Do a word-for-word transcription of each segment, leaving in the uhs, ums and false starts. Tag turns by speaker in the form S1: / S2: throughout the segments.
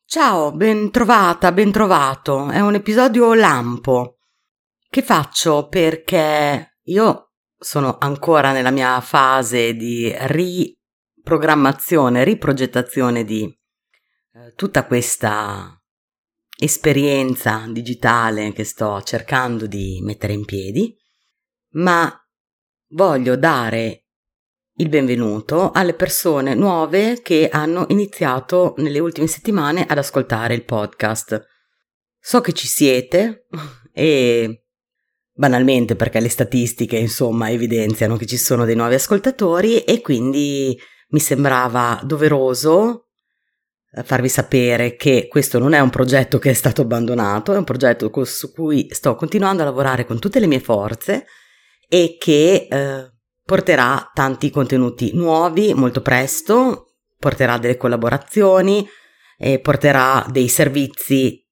S1: Ciao, ben trovata, ben trovato. È un episodio lampo che faccio perché io sono ancora nella mia fase di riprogrammazione, riprogettazione di eh, tutta questa esperienza digitale che sto cercando di mettere in piedi, ma voglio dare il benvenuto alle persone nuove che hanno iniziato nelle ultime settimane ad ascoltare il podcast. So che ci siete e banalmente perché le statistiche insomma evidenziano che ci sono dei nuovi ascoltatori e quindi mi sembrava doveroso farvi sapere che questo non è un progetto che è stato abbandonato, è un progetto su cui sto continuando a lavorare con tutte le mie forze e che eh, porterà tanti contenuti nuovi molto presto, porterà delle collaborazioni e porterà dei servizi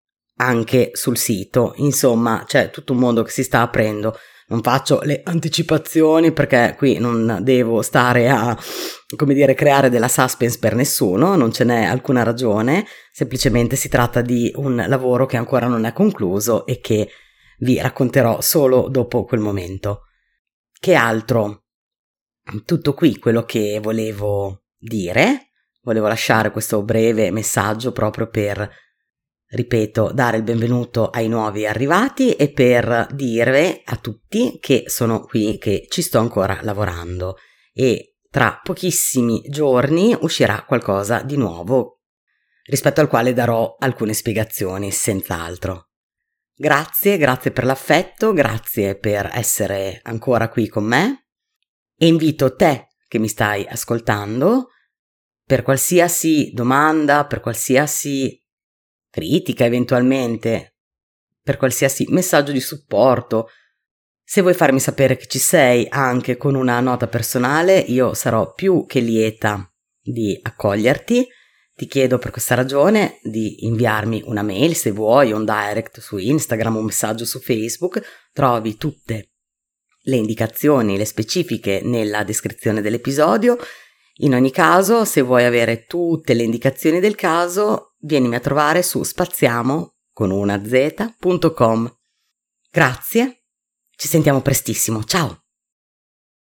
S1: anche sul sito. Insomma, c'è tutto un mondo che si sta aprendo. Non faccio le anticipazioni perché qui non devo stare a, come dire, creare della suspense per nessuno, non ce n'è alcuna ragione, semplicemente si tratta di un lavoro che ancora non è concluso e che vi racconterò solo dopo quel momento. Che altro? Tutto qui quello che volevo dire. Volevo lasciare questo breve messaggio proprio per, ripeto, dare il benvenuto ai nuovi arrivati e per dire a tutti che sono qui, che ci sto ancora lavorando e tra pochissimi giorni uscirà qualcosa di nuovo rispetto al quale darò alcune spiegazioni, senz'altro. Grazie, grazie per l'affetto, grazie per essere ancora qui con me e invito te che mi stai ascoltando per qualsiasi domanda, per qualsiasi critica eventualmente, per qualsiasi messaggio di supporto. Se vuoi farmi sapere che ci sei anche con una nota personale, io sarò più che lieta di accoglierti. Ti chiedo per questa ragione di inviarmi una mail se vuoi, un direct su Instagram, un messaggio su Facebook. Trovi tutte le indicazioni, le specifiche nella descrizione dell'episodio. In ogni caso, se vuoi avere tutte le indicazioni del caso, vienimi a trovare su spaziamo con una z punto com. Grazie, ci sentiamo prestissimo, ciao!